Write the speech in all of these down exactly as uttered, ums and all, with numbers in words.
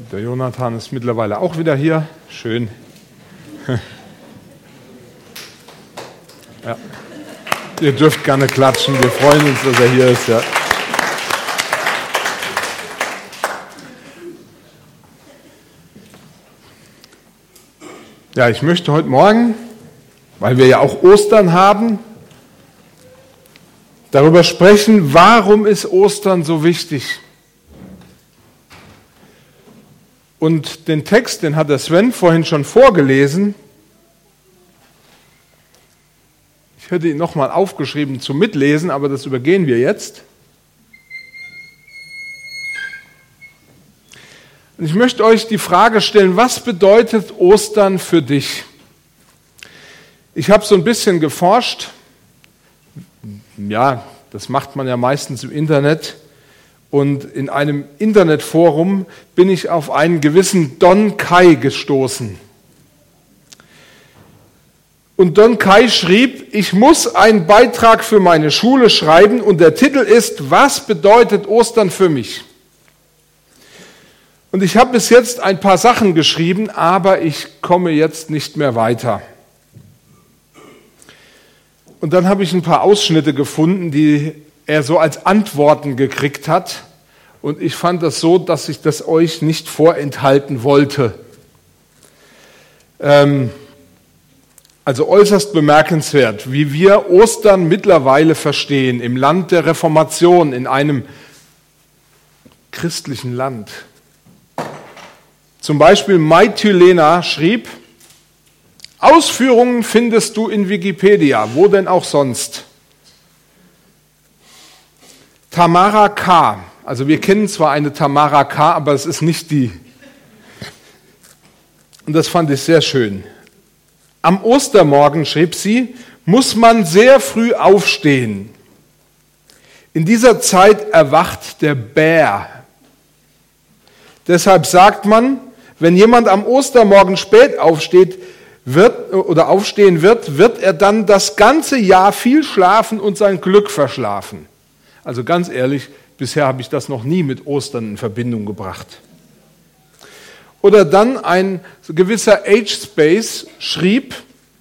Der Jonathan ist mittlerweile auch wieder hier. Schön. Ja. Ihr dürft gerne klatschen. Wir freuen uns, dass er hier ist. Ja. Ja, ich möchte heute Morgen, weil wir ja auch Ostern haben, darüber sprechen, warum ist Ostern so wichtig? Und den Text, den hat der Sven vorhin schon vorgelesen. Ich hätte ihn nochmal aufgeschrieben zum Mitlesen, aber das übergehen wir jetzt. Und ich möchte euch die Frage stellen, was bedeutet Ostern für dich? Ich habe so ein bisschen geforscht. Ja, das macht man ja meistens im Internet. Und in einem Internetforum bin ich auf einen gewissen Don Kai gestoßen. Und Don Kai schrieb, ich muss einen Beitrag für meine Schule schreiben und der Titel ist, was bedeutet Ostern für mich? Und ich habe bis jetzt ein paar Sachen geschrieben, aber ich komme jetzt nicht mehr weiter. Und dann habe ich ein paar Ausschnitte gefunden, die er so als Antworten gekriegt hat. Und ich fand das so, dass ich das euch nicht vorenthalten wollte. Ähm, also äußerst bemerkenswert, wie wir Ostern mittlerweile verstehen, im Land der Reformation, in einem christlichen Land. Zum Beispiel Maitylena schrieb, Ausführungen findest du in Wikipedia, wo denn auch sonst. Tamara K., also wir kennen zwar eine Tamara K., aber es ist nicht die. Und das fand ich sehr schön. Am Ostermorgen, schrieb sie, muss man sehr früh aufstehen. In dieser Zeit erwacht der Bär. Deshalb sagt man, wenn jemand am Ostermorgen spät aufsteht, wird oder aufstehen wird, wird er dann das ganze Jahr viel schlafen und sein Glück verschlafen. Also ganz ehrlich, bisher habe ich das noch nie mit Ostern in Verbindung gebracht. Oder dann ein gewisser H-Space schrieb,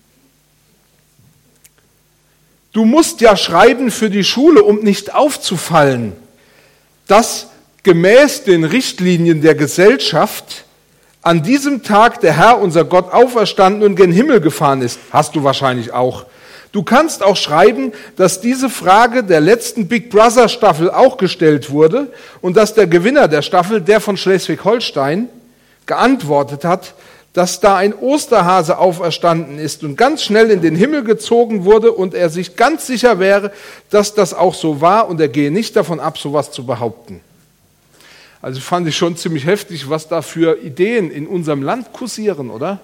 du musst ja schreiben für die Schule, um nicht aufzufallen, dass gemäß den Richtlinien der Gesellschaft an diesem Tag der Herr, unser Gott, auferstanden und gen Himmel gefahren ist. Hast du wahrscheinlich auch. Du kannst auch schreiben, dass diese Frage der letzten Big Brother Staffel auch gestellt wurde und dass der Gewinner der Staffel, der von Schleswig-Holstein, geantwortet hat, dass da ein Osterhase auferstanden ist und ganz schnell in den Himmel gezogen wurde und er sich ganz sicher wäre, dass das auch so war und er gehe nicht davon ab, sowas zu behaupten. Also fand ich schon ziemlich heftig, was da für Ideen in unserem Land kursieren, oder?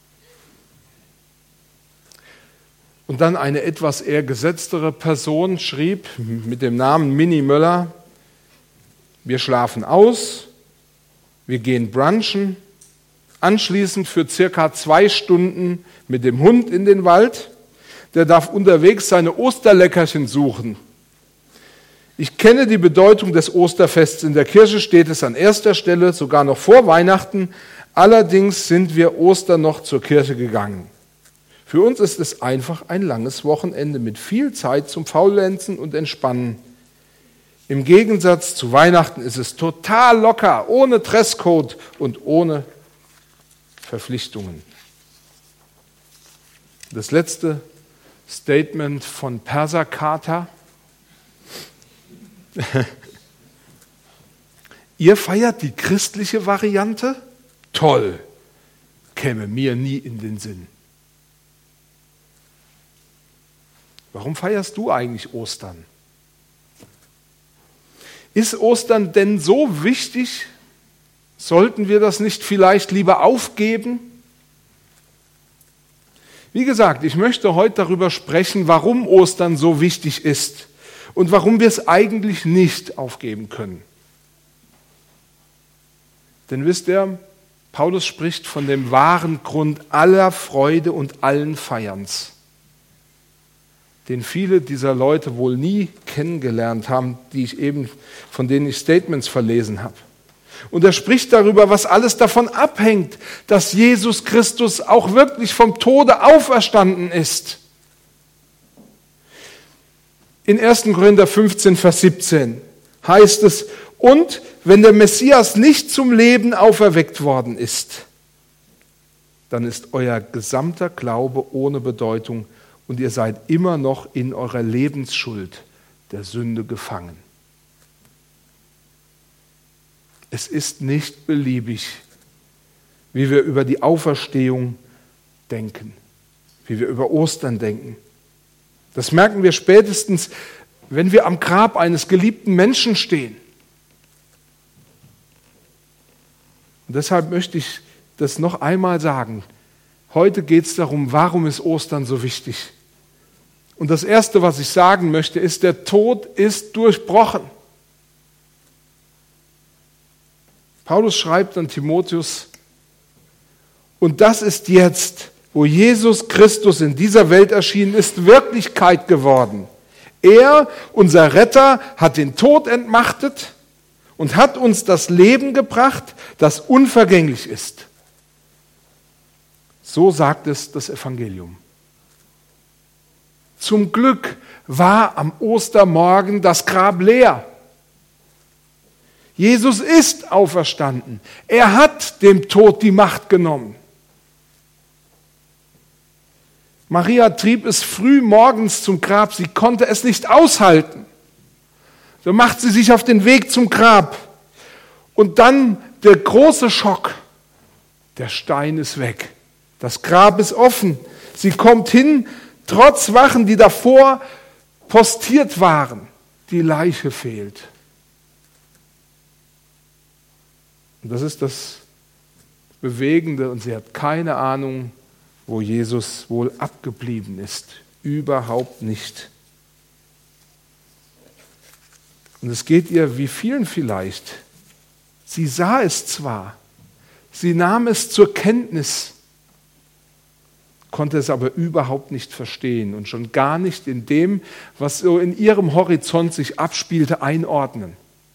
Und dann eine etwas eher gesetztere Person schrieb mit dem Namen Minnie Möller, wir schlafen aus, wir gehen brunchen, anschließend für circa zwei Stunden mit dem Hund in den Wald, der darf unterwegs seine Osterleckerchen suchen. Ich kenne die Bedeutung des Osterfests. In der Kirche steht es an erster Stelle, sogar noch vor Weihnachten. Allerdings sind wir Ostern noch zur Kirche gegangen. Für uns ist es einfach ein langes Wochenende mit viel Zeit zum Faulenzen und Entspannen. Im Gegensatz zu Weihnachten ist es total locker, ohne Dresscode und ohne Verpflichtungen. Das letzte Statement von Perserkater. Ihr feiert die christliche Variante? Toll, käme mir nie in den Sinn. Warum feierst du eigentlich Ostern? Ist Ostern denn so wichtig? Sollten wir das nicht vielleicht lieber aufgeben? Wie gesagt, ich möchte heute darüber sprechen, warum Ostern so wichtig ist und warum wir es eigentlich nicht aufgeben können. Denn wisst ihr, Paulus spricht von dem wahren Grund aller Freude und allen Feierns, den viele dieser Leute wohl nie kennengelernt haben, die ich eben, von denen ich Statements verlesen habe. Und er spricht darüber, was alles davon abhängt, dass Jesus Christus auch wirklich vom Tode auferstanden ist. In ersten Korinther fünfzehn, Vers siebzehn heißt es, und wenn der Messias nicht zum Leben auferweckt worden ist, dann ist euer gesamter Glaube ohne Bedeutung und ihr seid immer noch in eurer Lebensschuld der Sünde gefangen. Es ist nicht beliebig, wie wir über die Auferstehung denken, wie wir über Ostern denken. Das merken wir spätestens, wenn wir am Grab eines geliebten Menschen stehen. Und deshalb möchte ich das noch einmal sagen. Heute geht es darum, warum ist Ostern so wichtig? Und das Erste, was ich sagen möchte, ist, der Tod ist durchbrochen. Paulus schreibt an Timotheus, und das ist jetzt, wo Jesus Christus in dieser Welt erschienen ist, Wirklichkeit geworden. Er, unser Retter, hat den Tod entmachtet und hat uns das Leben gebracht, das unvergänglich ist. So sagt es das Evangelium. Zum Glück war am Ostermorgen das Grab leer. Jesus ist auferstanden. Er hat dem Tod die Macht genommen. Maria trieb es früh morgens zum Grab. Sie konnte es nicht aushalten. So macht sie sich auf den Weg zum Grab. Und dann der große Schock. Der Stein ist weg. Das Grab ist offen. Sie kommt hin, trotz Wachen, die davor postiert waren. Die Leiche fehlt. Und das ist das Bewegende. Und sie hat keine Ahnung, wo Jesus wohl abgeblieben ist. Überhaupt nicht. Und es geht ihr wie vielen vielleicht. Sie sah es zwar, sie nahm es zur Kenntnis, konnte es aber überhaupt nicht verstehen und schon gar nicht in dem, was so in ihrem Horizont sich abspielte, einordnen.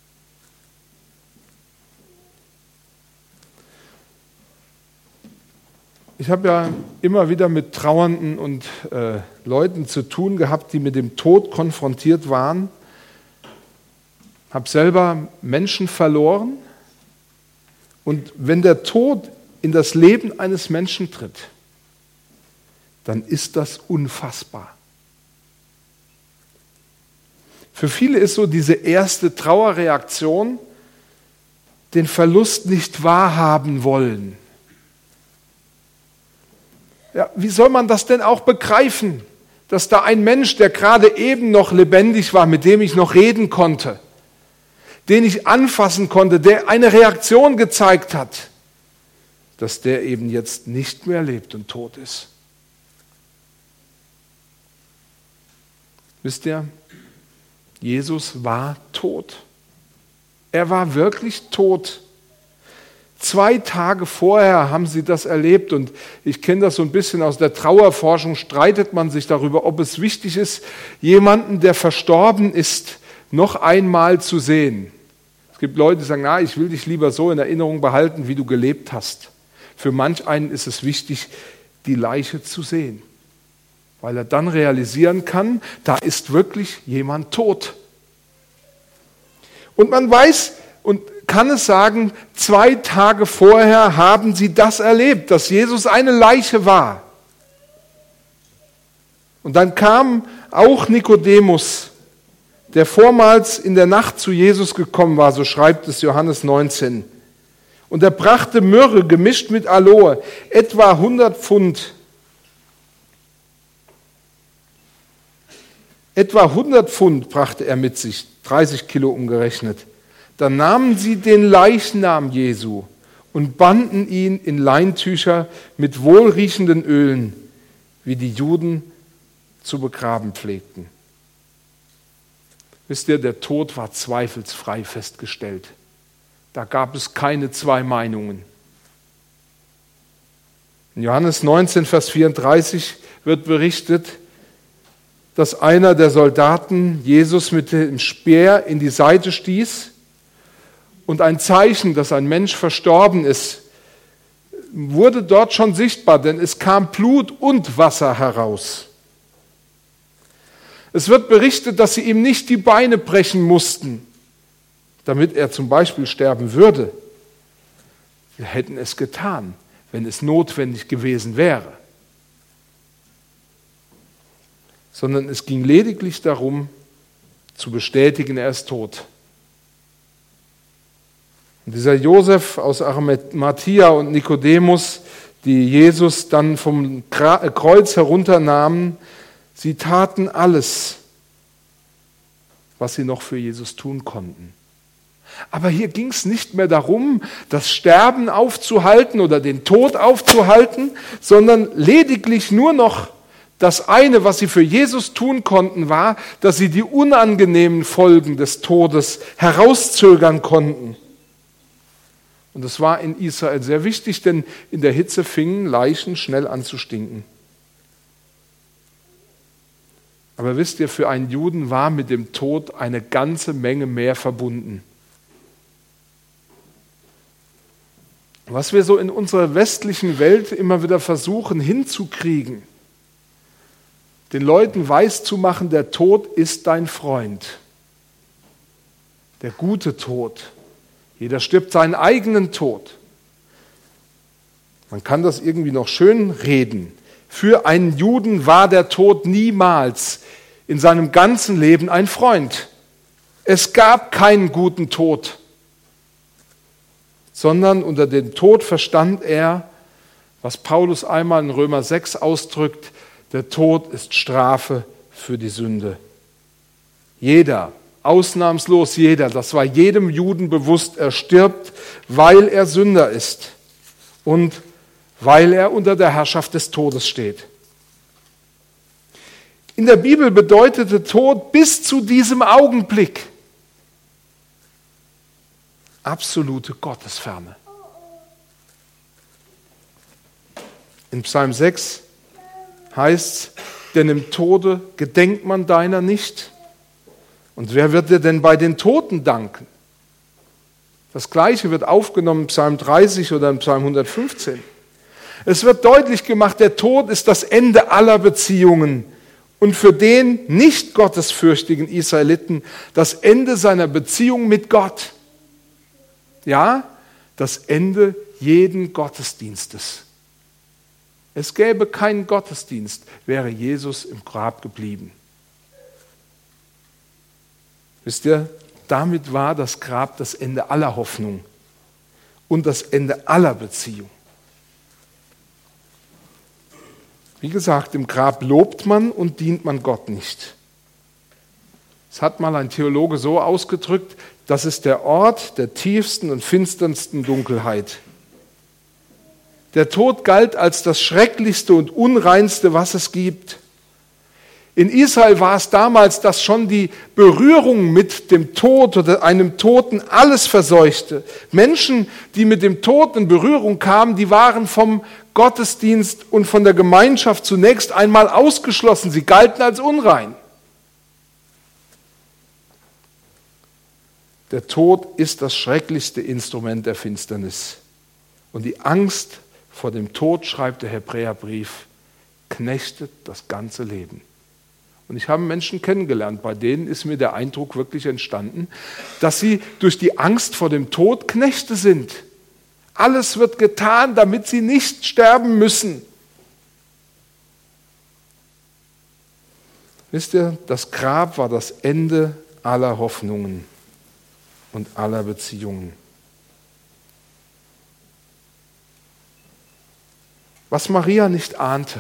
Ich habe ja immer wieder mit Trauernden und äh, Leuten zu tun gehabt, die mit dem Tod konfrontiert waren. Habe selber Menschen verloren. Und wenn der Tod in das Leben eines Menschen tritt, dann ist das unfassbar. Für viele ist so diese erste Trauerreaktion, den Verlust nicht wahrhaben wollen. Ja, wie soll man das denn auch begreifen, dass da ein Mensch, der gerade eben noch lebendig war, mit dem ich noch reden konnte, den ich anfassen konnte, der eine Reaktion gezeigt hat, dass der eben jetzt nicht mehr lebt und tot ist. Wisst ihr, Jesus war tot. Er war wirklich tot. Zwei Tage vorher haben sie das erlebt und ich kenne das so ein bisschen aus der Trauerforschung, streitet man sich darüber, ob es wichtig ist, jemanden, der verstorben ist, noch einmal zu sehen. Es gibt Leute, die sagen, na, ich will dich lieber so in Erinnerung behalten, wie du gelebt hast. Für manch einen ist es wichtig, die Leiche zu sehen, weil er dann realisieren kann, da ist wirklich jemand tot. Und man weiß und kann es sagen, zwei Tage vorher haben sie das erlebt, dass Jesus eine Leiche war. Und dann kam auch Nikodemus, der vormals in der Nacht zu Jesus gekommen war, so schreibt es Johannes neunzehn. Und er brachte Myrrhe gemischt mit Aloe, etwa hundert Pfund. Etwa hundert Pfund brachte er mit sich, dreißig Kilo umgerechnet. Dann nahmen sie den Leichnam Jesu und banden ihn in Leintücher mit wohlriechenden Ölen, wie die Juden zu begraben pflegten. Wisst ihr, der Tod war zweifelsfrei festgestellt. Da gab es keine zwei Meinungen. In Johannes neunzehn, Vers vierunddreißig wird berichtet, dass einer der Soldaten Jesus mit dem Speer in die Seite stieß und ein Zeichen, dass ein Mensch verstorben ist, wurde dort schon sichtbar, denn es kam Blut und Wasser heraus. Es wird berichtet, dass sie ihm nicht die Beine brechen mussten, damit er zum Beispiel sterben würde. Wir hätten es getan, wenn es notwendig gewesen wäre. Sondern es ging lediglich darum, zu bestätigen, er ist tot. Und dieser Josef aus Arimathia und Nikodemus, die Jesus dann vom Kreuz herunternahmen, sie taten alles, was sie noch für Jesus tun konnten. Aber hier ging es nicht mehr darum, das Sterben aufzuhalten oder den Tod aufzuhalten, sondern lediglich nur noch das eine, was sie für Jesus tun konnten, war, dass sie die unangenehmen Folgen des Todes herauszögern konnten. Und das war in Israel sehr wichtig, denn in der Hitze fingen Leichen schnell an zu stinken. Aber wisst ihr, für einen Juden war mit dem Tod eine ganze Menge mehr verbunden. Was wir so in unserer westlichen Welt immer wieder versuchen hinzukriegen, den Leuten weiszumachen, der Tod ist dein Freund. Der gute Tod. Jeder stirbt seinen eigenen Tod. Man kann das irgendwie noch schön reden. Für einen Juden war der Tod niemals in seinem ganzen Leben ein Freund. Es gab keinen guten Tod, sondern unter dem Tod verstand er, was Paulus einmal in Römer sechs ausdrückt, der Tod ist Strafe für die Sünde. Jeder, ausnahmslos jeder, das war jedem Juden bewusst, er stirbt, weil er Sünder ist und weil er unter der Herrschaft des Todes steht. In der Bibel bedeutete Tod bis zu diesem Augenblick absolute Gottesferne. In Psalm sechs heißt es, denn im Tode gedenkt man deiner nicht. Und wer wird dir denn bei den Toten danken? Das Gleiche wird aufgenommen in Psalm dreißig oder in Psalm hundertfünfzehn. Es wird deutlich gemacht, der Tod ist das Ende aller Beziehungen und für den nicht gottesfürchtigen Israeliten das Ende seiner Beziehung mit Gott. Ja, das Ende jeden Gottesdienstes. Es gäbe keinen Gottesdienst, wäre Jesus im Grab geblieben. Wisst ihr, damit war das Grab das Ende aller Hoffnung und das Ende aller Beziehung. Wie gesagt, im Grab lobt man und dient man Gott nicht. Es hat mal ein Theologe so ausgedrückt, das ist der Ort der tiefsten und finsternsten Dunkelheit. Der Tod galt als das Schrecklichste und Unreinste, was es gibt. In Israel war es damals, dass schon die Berührung mit dem Tod oder einem Toten alles verseuchte. Menschen, die mit dem Tod in Berührung kamen, die waren vom Gottesdienst und von der Gemeinschaft zunächst einmal ausgeschlossen. Sie galten als unrein. Der Tod ist das schrecklichste Instrument der Finsternis. Und die Angst vor dem Tod, schreibt der Hebräerbrief, knechtet das ganze Leben. Und ich habe Menschen kennengelernt, bei denen ist mir der Eindruck wirklich entstanden, dass sie durch die Angst vor dem Tod Knechte sind. Alles wird getan, damit sie nicht sterben müssen. Wisst ihr, das Grab war das Ende aller Hoffnungen und aller Beziehungen. Was Maria nicht ahnte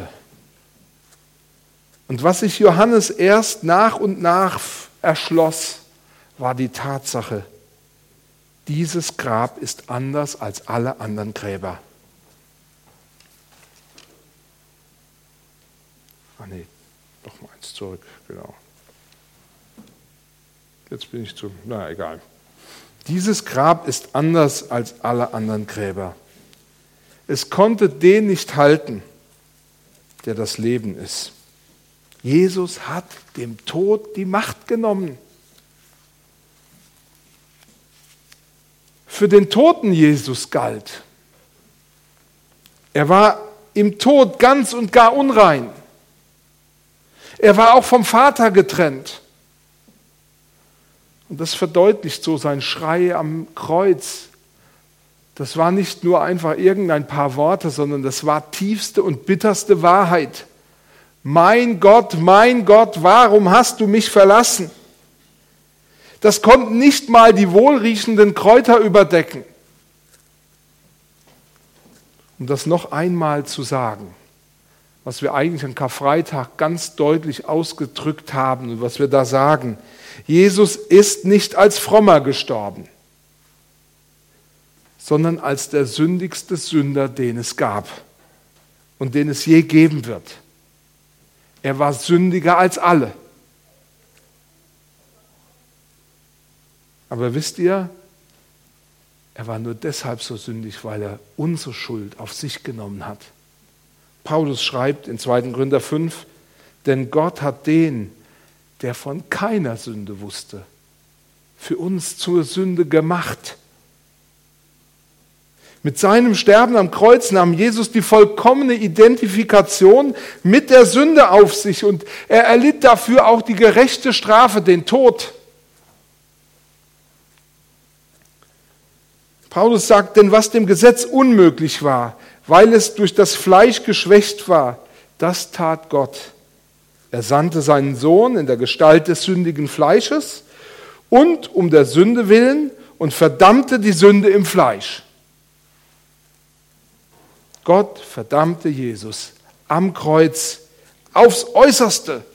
und was sich Johannes erst nach und nach erschloss, war die Tatsache, dieses Grab ist anders als alle anderen Gräber. Ah nee, noch mal eins zurück, genau. Jetzt bin ich zu, na egal. Dieses Grab ist anders als alle anderen Gräber. Es konnte den nicht halten, der das Leben ist. Jesus hat dem Tod die Macht genommen. für den toten Jesus galt. Er war im Tod ganz und gar unrein. Er war auch vom Vater getrennt. Und das verdeutlicht so sein Schrei am Kreuz. Das war nicht nur einfach irgendein paar Worte, sondern das war tiefste und bitterste Wahrheit. Mein Gott, mein Gott, warum hast du mich verlassen? Das konnten nicht mal die wohlriechenden Kräuter überdecken. Um das noch einmal zu sagen, was wir eigentlich an Karfreitag ganz deutlich ausgedrückt haben und was wir da sagen: Jesus ist nicht als Frommer gestorben, sondern als der sündigste Sünder, den es gab und den es je geben wird. Er war sündiger als alle. Aber wisst ihr, er war nur deshalb so sündig, weil er unsere Schuld auf sich genommen hat. Paulus schreibt in zweiter Korinther fünf, denn Gott hat den, der von keiner Sünde wusste, für uns zur Sünde gemacht. Mit seinem Sterben am Kreuz nahm Jesus die vollkommene Identifikation mit der Sünde auf sich und er erlitt dafür auch die gerechte Strafe, den Tod. Paulus sagt, denn was dem Gesetz unmöglich war, weil es durch das Fleisch geschwächt war, das tat Gott. Er sandte seinen Sohn in der Gestalt des sündigen Fleisches und um der Sünde willen und verdammte die Sünde im Fleisch. Gott verdammte Jesus am Kreuz aufs Äußerste.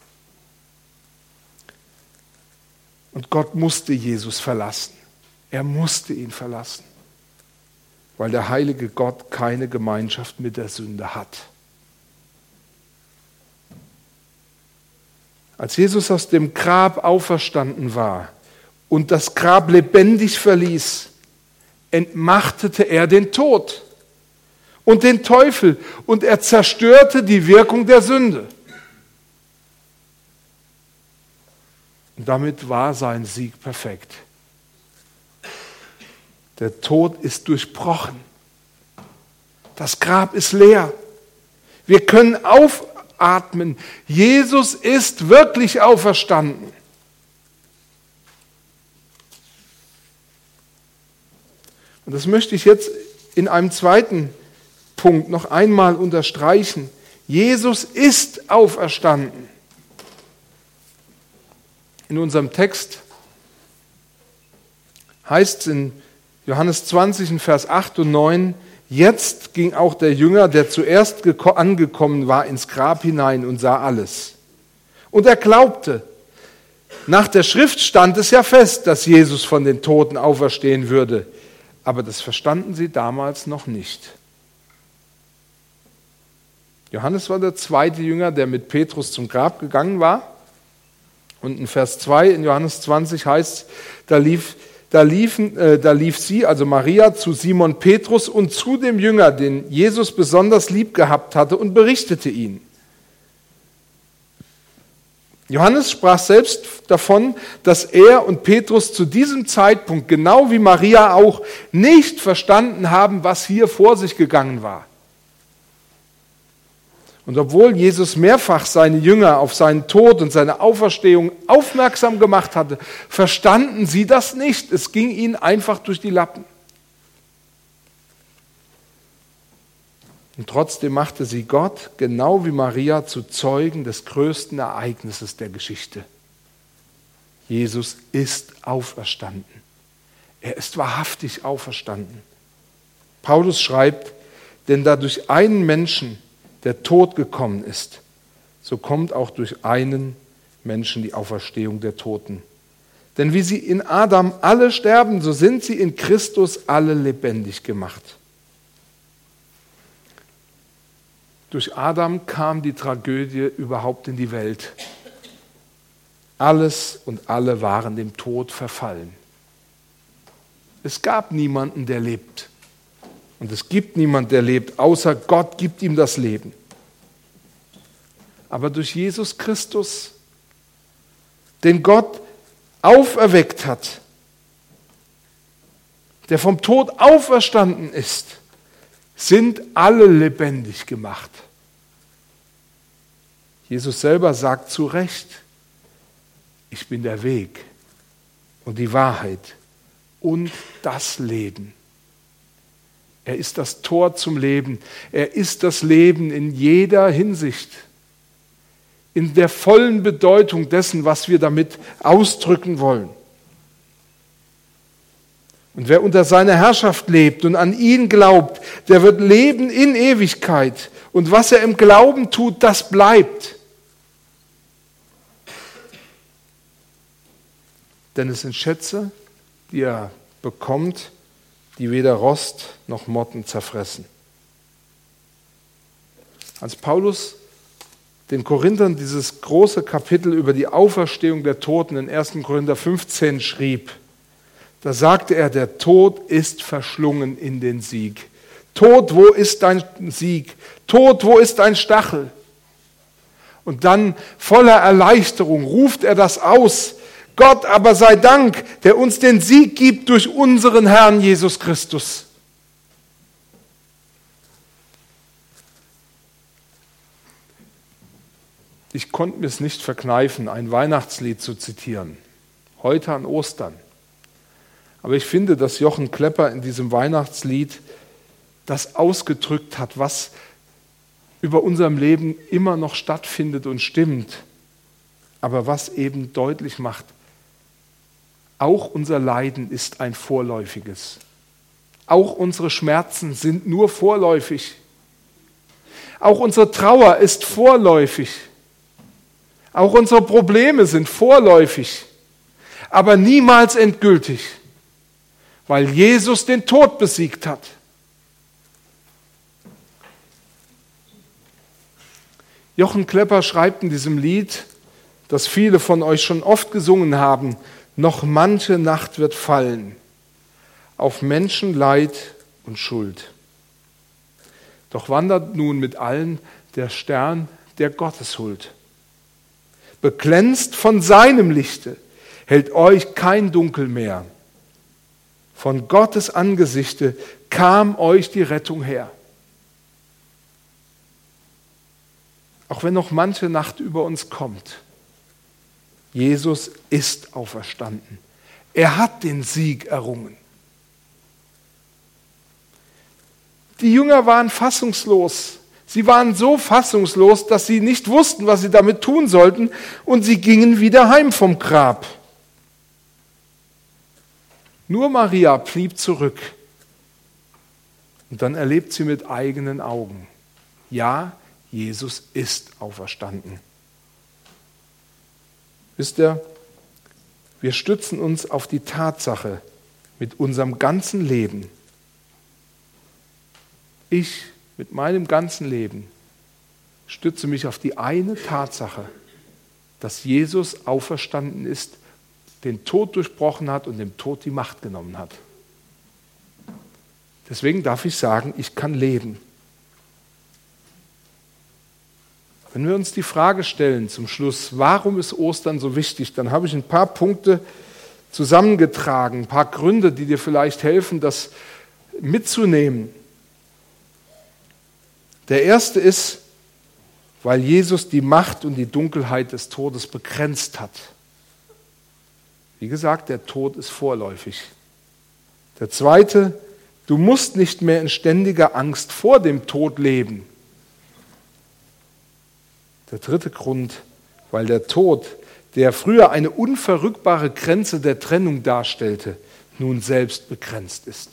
Und Gott musste Jesus verlassen. Er musste ihn verlassen, weil der heilige Gott keine Gemeinschaft mit der Sünde hat. Als Jesus aus dem Grab auferstanden war und das Grab lebendig verließ, entmachtete er den Tod und den Teufel und er zerstörte die Wirkung der Sünde. Und damit war sein Sieg perfekt. Der Tod ist durchbrochen. Das Grab ist leer. Wir können aufatmen. Jesus ist wirklich auferstanden. Und das möchte ich jetzt in einem zweiten Punkt noch einmal unterstreichen. Jesus ist auferstanden. In unserem Text heißt es in Johannes zwanzig, in Vers acht und neun, jetzt ging auch der Jünger, der zuerst angekommen war, ins Grab hinein und sah alles. Und er glaubte. Nach der Schrift stand es ja fest, dass Jesus von den Toten auferstehen würde. Aber das verstanden sie damals noch nicht. Johannes war der zweite Jünger, der mit Petrus zum Grab gegangen war. Und in Vers zwei in Johannes zwanzig heißt es, da lief Da, liefen, äh, da lief sie, also Maria, zu Simon Petrus und zu dem Jünger, den Jesus besonders lieb gehabt hatte, und berichtete ihn. Johannes sprach selbst davon, dass er und Petrus zu diesem Zeitpunkt, genau wie Maria auch, nicht verstanden haben, was hier vor sich gegangen war. Und obwohl Jesus mehrfach seine Jünger auf seinen Tod und seine Auferstehung aufmerksam gemacht hatte, verstanden sie das nicht. Es ging ihnen einfach durch die Lappen. Und trotzdem machte sie Gott, genau wie Maria, zu Zeugen des größten Ereignisses der Geschichte. Jesus ist auferstanden. Er ist wahrhaftig auferstanden. Paulus schreibt, denn da durch einen Menschen der Tod gekommen ist, so kommt auch durch einen Menschen die Auferstehung der Toten. Denn wie sie in Adam alle sterben, so sind sie in Christus alle lebendig gemacht. Durch Adam kam die Tragödie überhaupt in die Welt. Alles und alle waren dem Tod verfallen. Es gab niemanden, der lebt. Und es gibt niemanden, der lebt, außer Gott gibt ihm das Leben. Aber durch Jesus Christus, den Gott auferweckt hat, der vom Tod auferstanden ist, sind alle lebendig gemacht. Jesus selber sagt zu Recht, ich bin der Weg und die Wahrheit und das Leben. Er ist das Tor zum Leben. Er ist das Leben in jeder Hinsicht. In der vollen Bedeutung dessen, was wir damit ausdrücken wollen. Und wer unter seiner Herrschaft lebt und an ihn glaubt, der wird leben in Ewigkeit. Und was er im Glauben tut, das bleibt. Denn es sind Schätze, die er bekommt, die weder Rost noch Motten zerfressen. Als Paulus den Korinthern dieses große Kapitel über die Auferstehung der Toten in ersten Korinther fünfzehn schrieb, da sagte er, der Tod ist verschlungen in den Sieg. Tod, wo ist dein Sieg? Tod, wo ist dein Stachel? Und dann voller Erleichterung ruft er das aus. Gott aber sei Dank, der uns den Sieg gibt durch unseren Herrn Jesus Christus. Ich konnte mir es nicht verkneifen, ein Weihnachtslied zu zitieren. Heute an Ostern. Aber ich finde, dass Jochen Klepper in diesem Weihnachtslied das ausgedrückt hat, was über unserem Leben immer noch stattfindet und stimmt. Aber was eben deutlich macht, auch unser Leiden ist ein vorläufiges. Auch unsere Schmerzen sind nur vorläufig. Auch unsere Trauer ist vorläufig. Auch unsere Probleme sind vorläufig, aber niemals endgültig, weil Jesus den Tod besiegt hat. Jochen Klepper schreibt in diesem Lied, das viele von euch schon oft gesungen haben, noch manche Nacht wird fallen auf Menschen Leid und Schuld. Doch wandert nun mit allen der Stern der Gotteshuld. Beglänzt von seinem Lichte hält euch kein Dunkel mehr. Von Gottes Angesichte kam euch die Rettung her. Auch wenn noch manche Nacht über uns kommt, Jesus ist auferstanden. Er hat den Sieg errungen. Die Jünger waren fassungslos. Sie waren so fassungslos, dass sie nicht wussten, was sie damit tun sollten, und sie gingen wieder heim vom Grab. Nur Maria blieb zurück. Und dann erlebt sie mit eigenen Augen: Ja, Jesus ist auferstanden. Wisst ihr, wir stützen uns auf die Tatsache mit unserem ganzen Leben. Ich mit meinem ganzen Leben stütze mich auf die eine Tatsache, dass Jesus auferstanden ist, den Tod durchbrochen hat und dem Tod die Macht genommen hat. Deswegen darf ich sagen, ich kann leben. Wenn wir uns die Frage stellen zum Schluss, warum ist Ostern so wichtig, dann habe ich ein paar Punkte zusammengetragen, ein paar Gründe, die dir vielleicht helfen, das mitzunehmen. Der erste ist, weil Jesus die Macht und die Dunkelheit des Todes begrenzt hat. Wie gesagt, der Tod ist vorläufig. Der zweite, du musst nicht mehr in ständiger Angst vor dem Tod leben. Der dritte Grund, weil der Tod, der früher eine unverrückbare Grenze der Trennung darstellte, nun selbst begrenzt ist.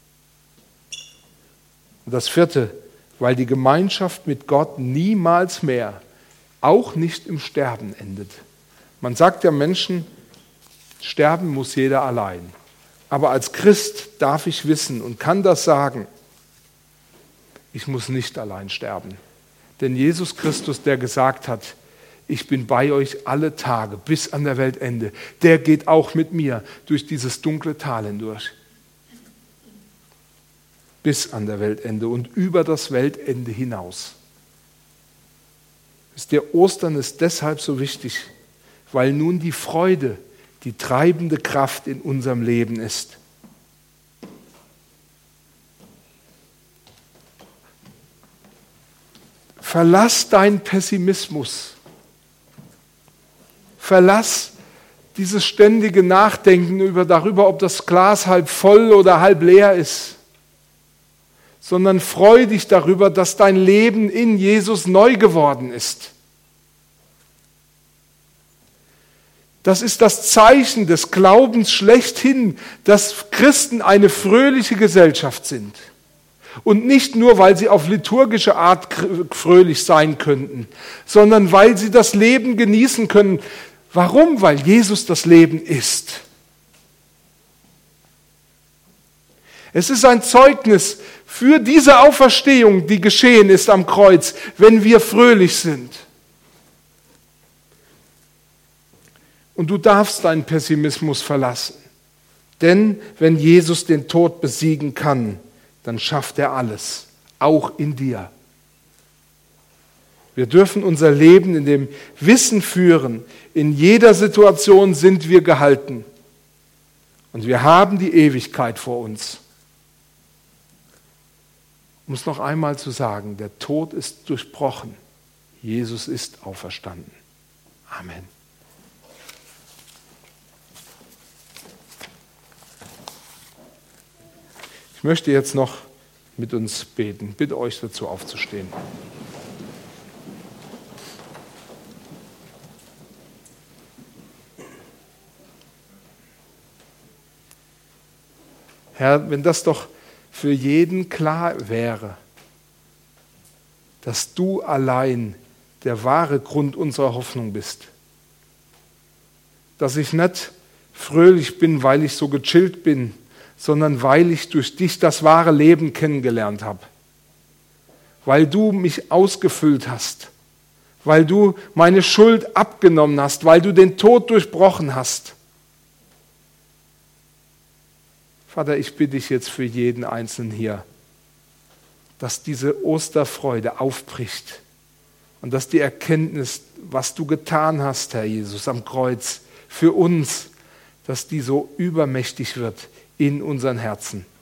Und das vierte, weil die Gemeinschaft mit Gott niemals mehr, auch nicht im Sterben endet. Man sagt ja Menschen, sterben muss jeder allein. Aber als Christ darf ich wissen und kann das sagen, ich muss nicht allein sterben. Denn Jesus Christus, der gesagt hat, ich bin bei euch alle Tage bis an der Weltende, der geht auch mit mir durch dieses dunkle Tal hindurch. Bis an der Weltende und über das Weltende hinaus. Der Ostern ist deshalb so wichtig, weil nun die Freude die treibende Kraft in unserem Leben ist. Verlass deinen Pessimismus. Verlass dieses ständige Nachdenken über, darüber, ob das Glas halb voll oder halb leer ist. Sondern freu dich darüber, dass dein Leben in Jesus neu geworden ist. Das ist das Zeichen des Glaubens schlechthin, dass Christen eine fröhliche Gesellschaft sind. Und nicht nur, weil sie auf liturgische Art fröhlich sein könnten, sondern weil sie das Leben genießen können. Warum? Weil Jesus das Leben ist. Es ist ein Zeugnis für diese Auferstehung, die geschehen ist am Kreuz, wenn wir fröhlich sind. Und du darfst deinen Pessimismus verlassen. Denn wenn Jesus den Tod besiegen kann, dann schafft er alles, auch in dir. Wir dürfen unser Leben in dem Wissen führen, in jeder Situation sind wir gehalten. Und wir haben die Ewigkeit vor uns. Um es noch einmal zu sagen, der Tod ist durchbrochen. Jesus ist auferstanden. Amen. Ich möchte jetzt noch mit uns beten. Bitte euch dazu aufzustehen. Herr, wenn das doch für jeden klar wäre, dass du allein der wahre Grund unserer Hoffnung bist. Dass ich nicht fröhlich bin, weil ich so gechillt bin, sondern weil ich durch dich das wahre Leben kennengelernt habe. Weil du mich ausgefüllt hast, weil du meine Schuld abgenommen hast, weil du den Tod durchbrochen hast. Vater, ich bitte dich jetzt für jeden Einzelnen hier, dass diese Osterfreude aufbricht und dass die Erkenntnis, was du getan hast, Herr Jesus, am Kreuz, für uns, dass die so übermächtig wird in unseren Herzen.